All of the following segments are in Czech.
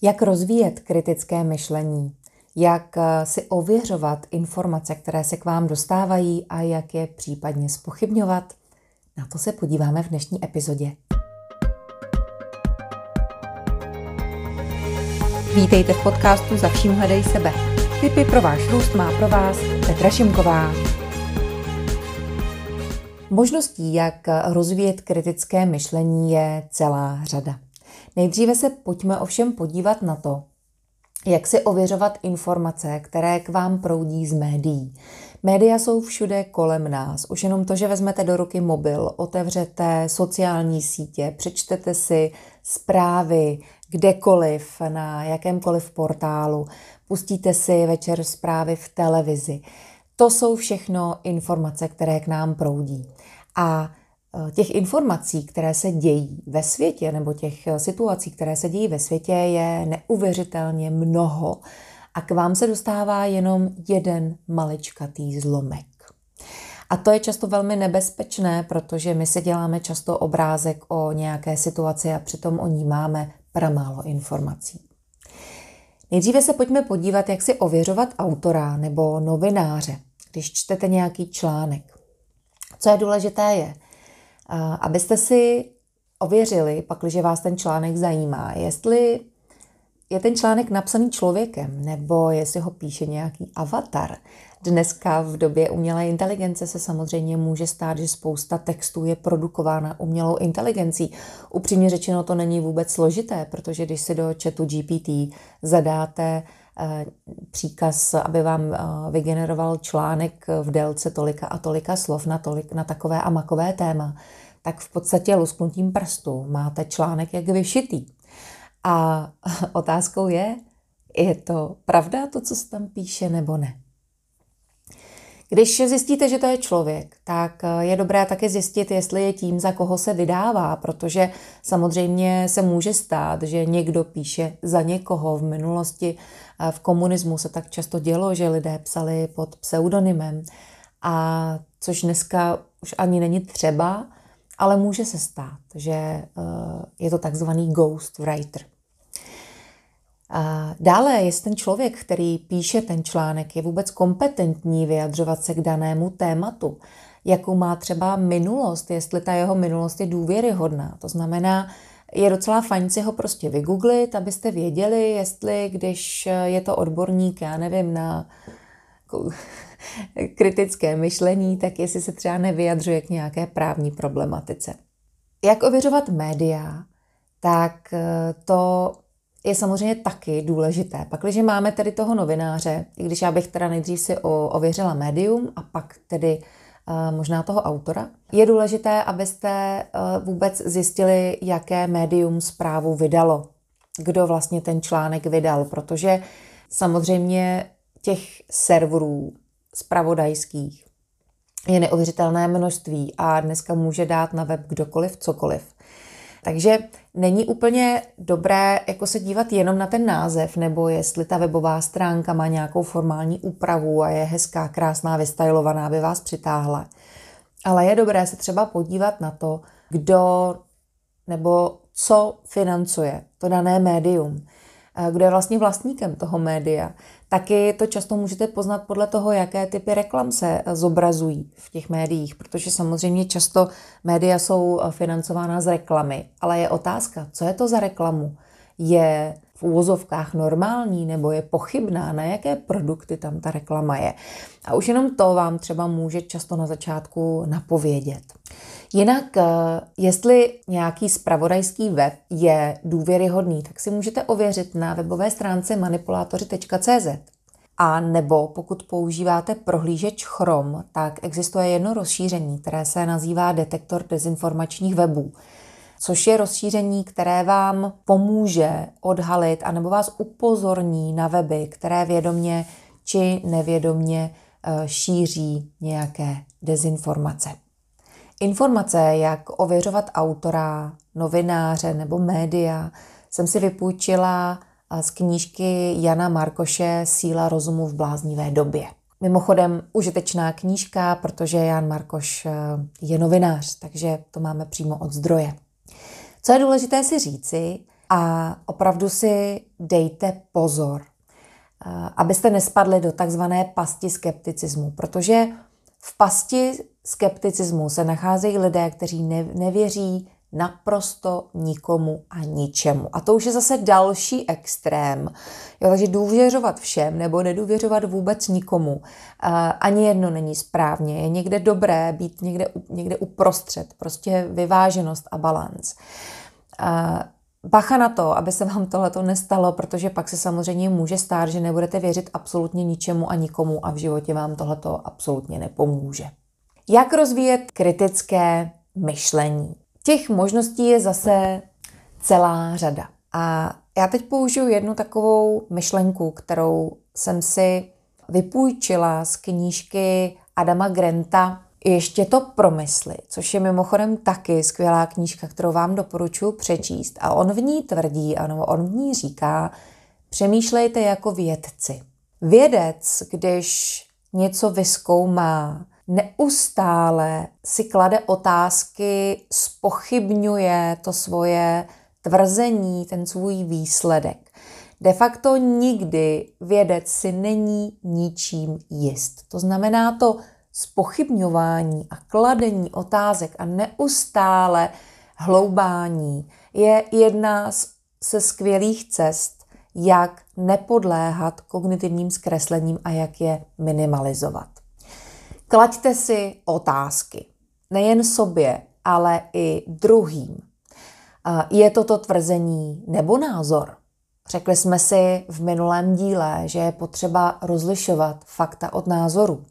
Jak rozvíjet kritické myšlení, jak si ověřovat informace, které se k vám dostávají a jak je případně zpochybňovat. Na to se podíváme v dnešní epizodě. Vítejte v podcastu Za vším hledej sebe. Tipy pro váš růst má pro vás Petra Šimková. Možností, jak rozvíjet kritické myšlení, je celá řada. Nejdříve se pojďme ovšem podívat na to, jak si ověřovat informace, které k vám proudí z médií. Média jsou všude kolem nás. Už jenom to, že vezmete do ruky mobil, otevřete sociální sítě, přečtete si zprávy kdekoliv, na jakémkoliv portálu, pustíte si večer zprávy v televizi. To jsou všechno informace, které k nám proudí. A těch informací, které se dějí ve světě, nebo těch situací, které se dějí ve světě, je neuvěřitelně mnoho a k vám se dostává jenom jeden maličkatý zlomek. A to je často velmi nebezpečné, protože my si děláme často obrázek o nějaké situaci a přitom o ní máme pramálo informací. Nejdříve se pojďme podívat, jak si ověřovat autora nebo novináře, když čtete nějaký článek. Co je důležité je, abyste si ověřili, pakliže vás ten článek zajímá, jestli je ten článek napsaný člověkem, nebo jestli ho píše nějaký avatar. Dneska v době umělé inteligence se samozřejmě může stát, že spousta textů je produkována umělou inteligencí. Upřímně řečeno to není vůbec složité, protože když si do chatu GPT zadáte příkaz, aby vám vygeneroval článek v délce tolika a tolika slov na takové a makové téma, tak v podstatě lusknutím prstu máte článek jak vyšitý. A otázkou je to pravda, to, co se tam píše, nebo ne? Když zjistíte, že to je člověk, tak je dobré taky zjistit, jestli je tím, za koho se vydává, protože samozřejmě se může stát, že někdo píše za někoho. V minulosti v komunismu se tak často dělo, že lidé psali pod pseudonymem, a což dneska už ani není třeba, ale může se stát, že je to takzvaný ghostwriter. Dále, jestli ten člověk, který píše ten článek, je vůbec kompetentní vyjadřovat se k danému tématu, jakou má třeba minulost, jestli ta jeho minulost je důvěryhodná. To znamená, je docela fajn si ho prostě vygooglit, abyste věděli, jestli když je to odborník, já nevím, na kritické myšlení, tak jestli se třeba nevyjadřuje k nějaké právní problematice. Jak ověřovat média, tak to je samozřejmě taky důležité. Pak, když máme tedy toho novináře, i když já bych teda nejdřív si ověřila médium a pak tedy možná toho autora, je důležité, abyste vůbec zjistili, jaké médium zprávu vydalo, kdo vlastně ten článek vydal, protože samozřejmě těch serverů zpravodajských je neuvěřitelné množství a dneska může dát na web kdokoliv cokoliv. Takže není úplně dobré jako se dívat jenom na ten název, nebo jestli ta webová stránka má nějakou formální úpravu a je hezká, krásná, vystylovaná, aby vás přitáhla. Ale je dobré se třeba podívat na to, kdo nebo co financuje to dané médium, kdo je vlastně vlastníkem toho média. Taky to často můžete poznat podle toho, jaké typy reklam se zobrazují v těch médiích, protože samozřejmě často média jsou financována z reklamy, ale je otázka, co je to za reklamu? Je v uvozovkách normální nebo je pochybná, na jaké produkty tam ta reklama je. A už jenom to vám třeba může často na začátku napovědět. Jinak, jestli nějaký zpravodajský web je důvěryhodný, tak si můžete ověřit na webové stránce manipulatoři.cz. A nebo pokud používáte prohlížeč Chrome, tak existuje jedno rozšíření, které se nazývá detektor dezinformačních webů, což je rozšíření, které vám pomůže odhalit anebo vás upozorní na weby, které vědomě či nevědomě šíří nějaké dezinformace. Informace, jak ověřovat autora, novináře nebo média, jsem si vypůjčila z knížky Jana Markoše Síla rozumu v bláznivé době. Mimochodem užitečná knížka, protože Jan Markoš je novinář, takže to máme přímo od zdroje. Co je důležité si říci, A opravdu si dejte pozor, abyste nespadli do takzvané pasti skepticismu, protože v pasti skepticismu se nacházejí lidé, kteří nevěří naprosto nikomu a ničemu. A to už je zase další extrém. Jo, takže důvěřovat všem nebo nedůvěřovat vůbec nikomu. Ani jedno není správně. Je někde dobré být někde uprostřed. Prostě vyváženost a balanc. Bacha na to, aby se vám tohleto nestalo, protože pak se samozřejmě může stát, že nebudete věřit absolutně ničemu a nikomu a v životě vám tohleto absolutně nepomůže. Jak rozvíjet kritické myšlení? Těch možností je zase celá řada. A já teď použiju jednu takovou myšlenku, kterou jsem si vypůjčila z knížky Adama Granta Ještě to promysli, což je mimochodem taky skvělá knížka, kterou vám doporučuji přečíst. A on v ní tvrdí, ano, on v ní říká, přemýšlejte jako vědci. Vědec, když něco vyzkoumá, neustále si klade otázky, zpochybňuje to svoje tvrzení, ten svůj výsledek. De facto nikdy vědec si není ničím jist. To znamená to zpochybňování a kladení otázek a neustále hloubání je jedna ze skvělých cest, jak nepodléhat kognitivním zkreslením a jak je minimalizovat. Klaďte si otázky. Nejen sobě, ale i druhým. Je toto tvrzení nebo názor? Řekli jsme si v minulém díle, že je potřeba rozlišovat fakta od názoru.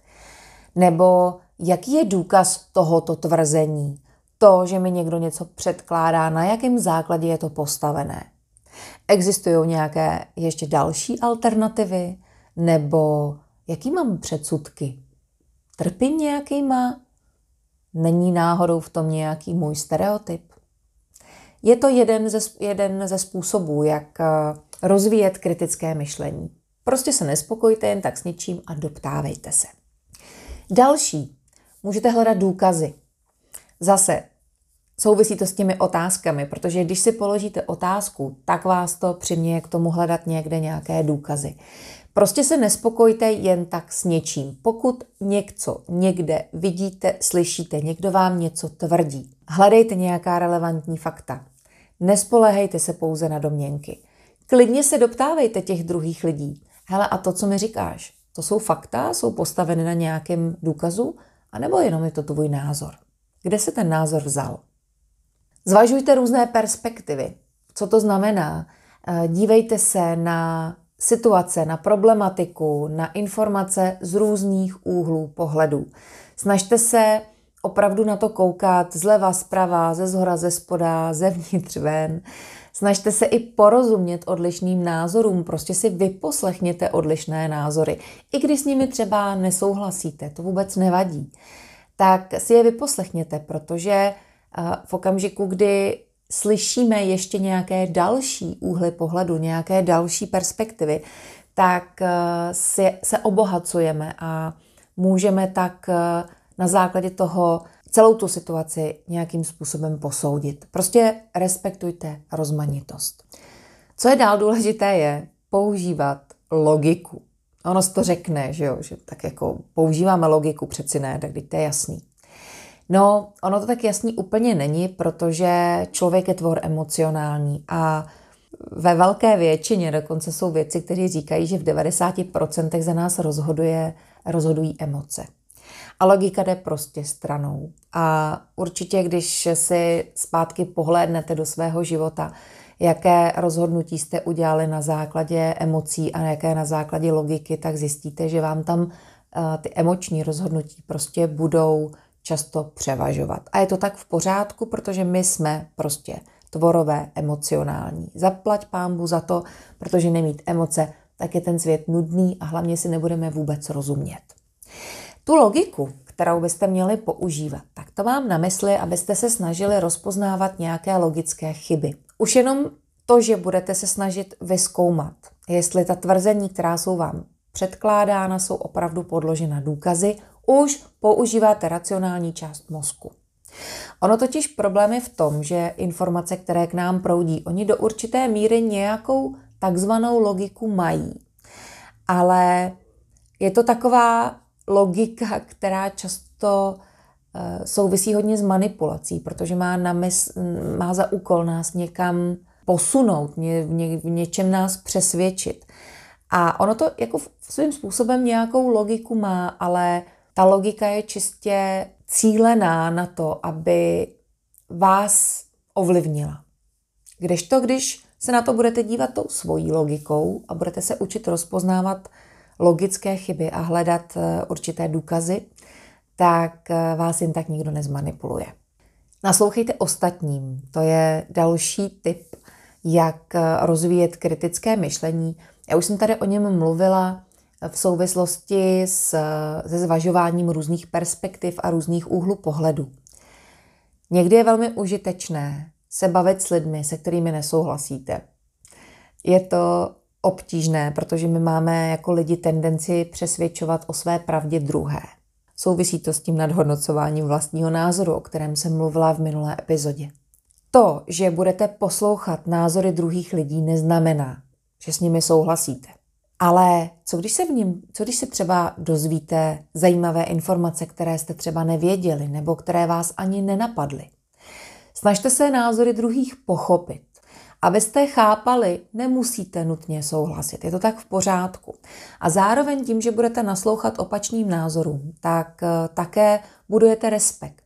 Nebo jaký je důkaz tohoto tvrzení? To, že mi někdo něco předkládá, na jakém základě je to postavené? Existují nějaké ještě další alternativy? Nebo jaký mám předsudky? Trpím nějakýma? Není náhodou v tom nějaký můj stereotyp? Je to jeden ze způsobů, jak rozvíjet kritické myšlení. Prostě se nespokojte jen tak s něčím a doptávejte se. Další. Můžete hledat důkazy. Zase souvisí to s těmi otázkami, protože když si položíte otázku, tak vás to přiměje k tomu hledat někde nějaké důkazy. Prostě se nespokojte jen tak s něčím. Pokud něco někde vidíte, slyšíte, někdo vám něco tvrdí, hledejte nějaká relevantní fakta. Nespoléhejte se pouze na domněnky. Klidně se doptávejte těch druhých lidí. Hele, a to, co mi říkáš, to jsou fakta, jsou postaveny na nějakém důkazu, anebo jenom je to tvůj názor? Kde se ten názor vzal? Zvažujte různé perspektivy. Co to znamená? Dívejte se na situace, na problematiku, na informace z různých úhlů pohledů. Snažte se opravdu na to koukat zleva, zprava, ze zhora, ze spoda, zevnitř, ven. Snažte se i porozumět odlišným názorům, prostě si vyposlechněte odlišné názory. I když s nimi třeba nesouhlasíte, to vůbec nevadí. Tak si je vyposlechněte, protože v okamžiku, kdy slyšíme ještě nějaké další úhly pohledu, nějaké další perspektivy, tak se obohacujeme a můžeme tak na základě toho celou tu situaci nějakým způsobem posoudit. Prostě respektujte rozmanitost. Co je dál důležité, je používat logiku. Ono se to řekne, že tak jako používáme logiku, přeci ne, tak teď to je jasný. No, ono to tak jasný úplně není, protože člověk je tvor emocionální a ve velké většině dokonce jsou věci, kteří říkají, že v 90% za nás rozhodují emoce. A logika jde prostě stranou. A určitě, když si zpátky pohlédnete do svého života, jaké rozhodnutí jste udělali na základě emocí a jaké na základě logiky, tak zjistíte, že vám tam ty emoční rozhodnutí prostě budou často převažovat. A je to tak v pořádku, protože my jsme prostě tvorové emocionální. Zaplať pánbu za to, protože nemít emoce, tak je ten svět nudný a hlavně si nebudeme vůbec rozumět. Tu logiku, kterou byste měli používat, tak to mám na mysli, abyste se snažili rozpoznávat nějaké logické chyby. Už jenom to, že budete se snažit vyzkoumat, jestli ta tvrzení, která jsou vám předkládána, jsou opravdu podložena důkazy, už používáte racionální část mozku. Ono totiž problém je v tom, že informace, které k nám proudí, oni do určité míry nějakou takzvanou logiku mají. Ale je to taková logika, která často souvisí hodně s manipulací, protože má za úkol nás někam posunout, v něčem nás přesvědčit. A ono to jako svým způsobem nějakou logiku má, ale ta logika je čistě cílená na to, aby vás ovlivnila. Kdežto, když se na to budete dívat tou svojí logikou a budete se učit rozpoznávat logické chyby a hledat určité důkazy, tak vás jen tak nikdo nezmanipuluje. Naslouchejte ostatním. To je další tip, jak rozvíjet kritické myšlení. Já už jsem tady o něm mluvila v souvislosti se zvažováním různých perspektiv a různých úhlů pohledu. Někdy je velmi užitečné se bavit s lidmi, se kterými nesouhlasíte. Je to obtížné, protože my máme jako lidi tendenci přesvědčovat o své pravdě druhé. Souvisí to s tím nadhodnocováním vlastního názoru, o kterém jsem mluvila v minulé epizodě. To, že budete poslouchat názory druhých lidí, neznamená, že s nimi souhlasíte. Ale co když se třeba dozvíte zajímavé informace, které jste třeba nevěděli nebo které vás ani nenapadly? Snažte se názory druhých pochopit. Abyste chápali, nemusíte nutně souhlasit. Je to tak v pořádku. A zároveň tím, že budete naslouchat opačným názorům, tak také budujete respekt.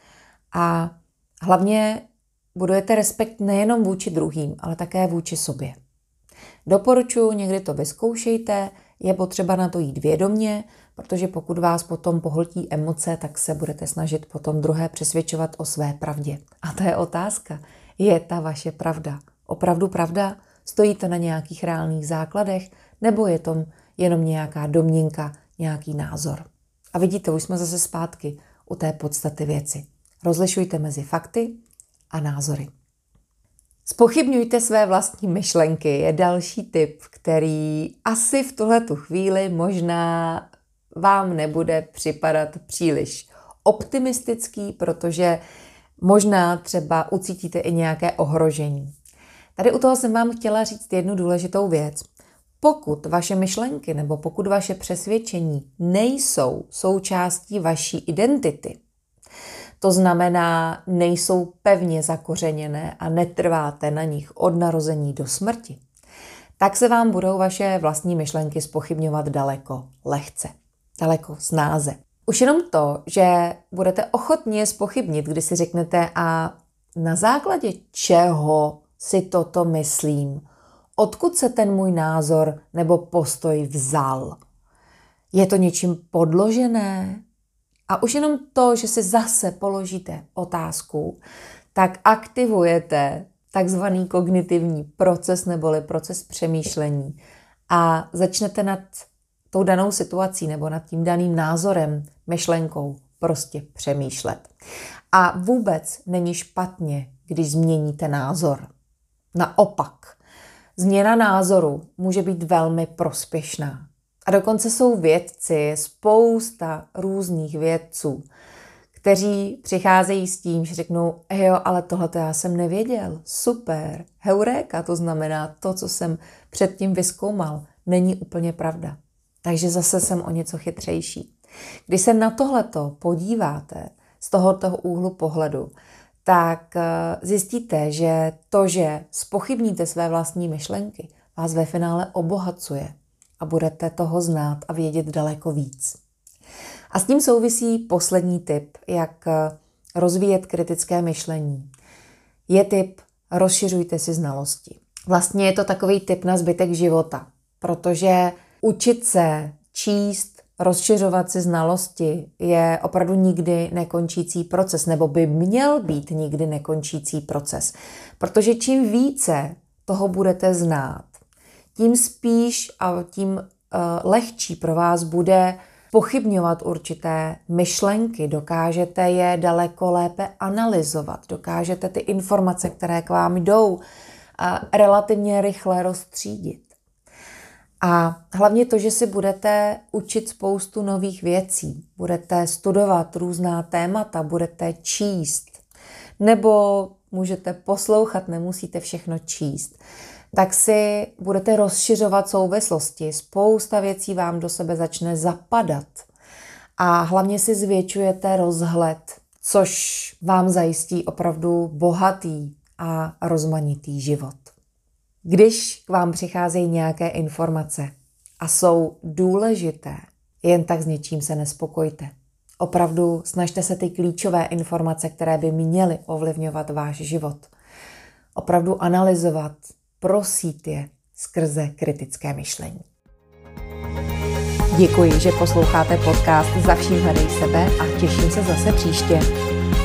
A hlavně budujete respekt nejenom vůči druhým, ale také vůči sobě. Doporučuji, někdy to vyzkoušejte, je potřeba na to jít vědomě, protože pokud vás potom pohltí emoce, tak se budete snažit potom druhé přesvědčovat o své pravdě. A to je otázka. Je ta vaše pravda opravdu pravda? Stojí to na nějakých reálných základech? Nebo je to jenom nějaká domněnka, nějaký názor? A vidíte, už jsme zase zpátky u té podstaty věci. Rozlišujte mezi fakty a názory. Zpochybňujte své vlastní myšlenky je další tip, který asi v tuhletu chvíli možná vám nebude připadat příliš optimistický, protože možná třeba ucítíte i nějaké ohrožení. Tady u toho jsem vám chtěla říct jednu důležitou věc. Pokud vaše myšlenky nebo pokud vaše přesvědčení nejsou součástí vaší identity, to znamená, nejsou pevně zakořeněné a netrváte na nich od narození do smrti, tak se vám budou vaše vlastní myšlenky zpochybňovat daleko lehce, daleko snáze. Už jenom to, že budete ochotně zpochybnit, když si řeknete a na základě čeho si toto myslím, odkud se ten můj názor nebo postoj vzal. Je to něčím podložené? A už jenom to, že si zase položíte otázku, tak aktivujete takzvaný kognitivní proces neboli proces přemýšlení a začnete nad tou danou situací nebo nad tím daným názorem, myšlenkou prostě přemýšlet. A vůbec není špatně, když změníte názor. Naopak, změna názoru může být velmi prospěšná. A dokonce jsou vědci, spousta různých vědců, kteří přicházejí s tím, že řeknou, jo, ale tohle já jsem nevěděl, super, heuréka, to znamená to, co jsem předtím vyzkoumal, není úplně pravda. Takže zase jsem o něco chytřejší. Když se na tohleto podíváte z tohoto úhlu pohledu, tak zjistíte, že to, že zpochybníte své vlastní myšlenky, vás ve finále obohacuje a budete toho znát a vědět daleko víc. A s tím souvisí poslední tip, jak rozvíjet kritické myšlení. Je tip, rozšiřujte si znalosti. Vlastně je to takový tip na zbytek života, protože učit se, číst, rozšiřovat si znalosti je opravdu nikdy nekončící proces, nebo by měl být nikdy nekončící proces. Protože čím více toho budete znát, tím spíš a tím lehčí pro vás bude pochybňovat určité myšlenky, dokážete je daleko lépe analyzovat, dokážete ty informace, které k vám jdou, relativně rychle rozstřídit. A hlavně to, že si budete učit spoustu nových věcí, budete studovat různá témata, budete číst, nebo můžete poslouchat, nemusíte všechno číst, tak si budete rozšiřovat souvislosti. Spousta věcí vám do sebe začne zapadat a hlavně si zvětšujete rozhled, což vám zajistí opravdu bohatý a rozmanitý život. Když k vám přicházejí nějaké informace a jsou důležité, jen tak s něčím se nespokojte. Opravdu snažte se ty klíčové informace, které by měly ovlivňovat váš život, opravdu analyzovat, prosít je skrze kritické myšlení. Děkuji, že posloucháte podcast Za vším hledej sebe a těším se zase příště.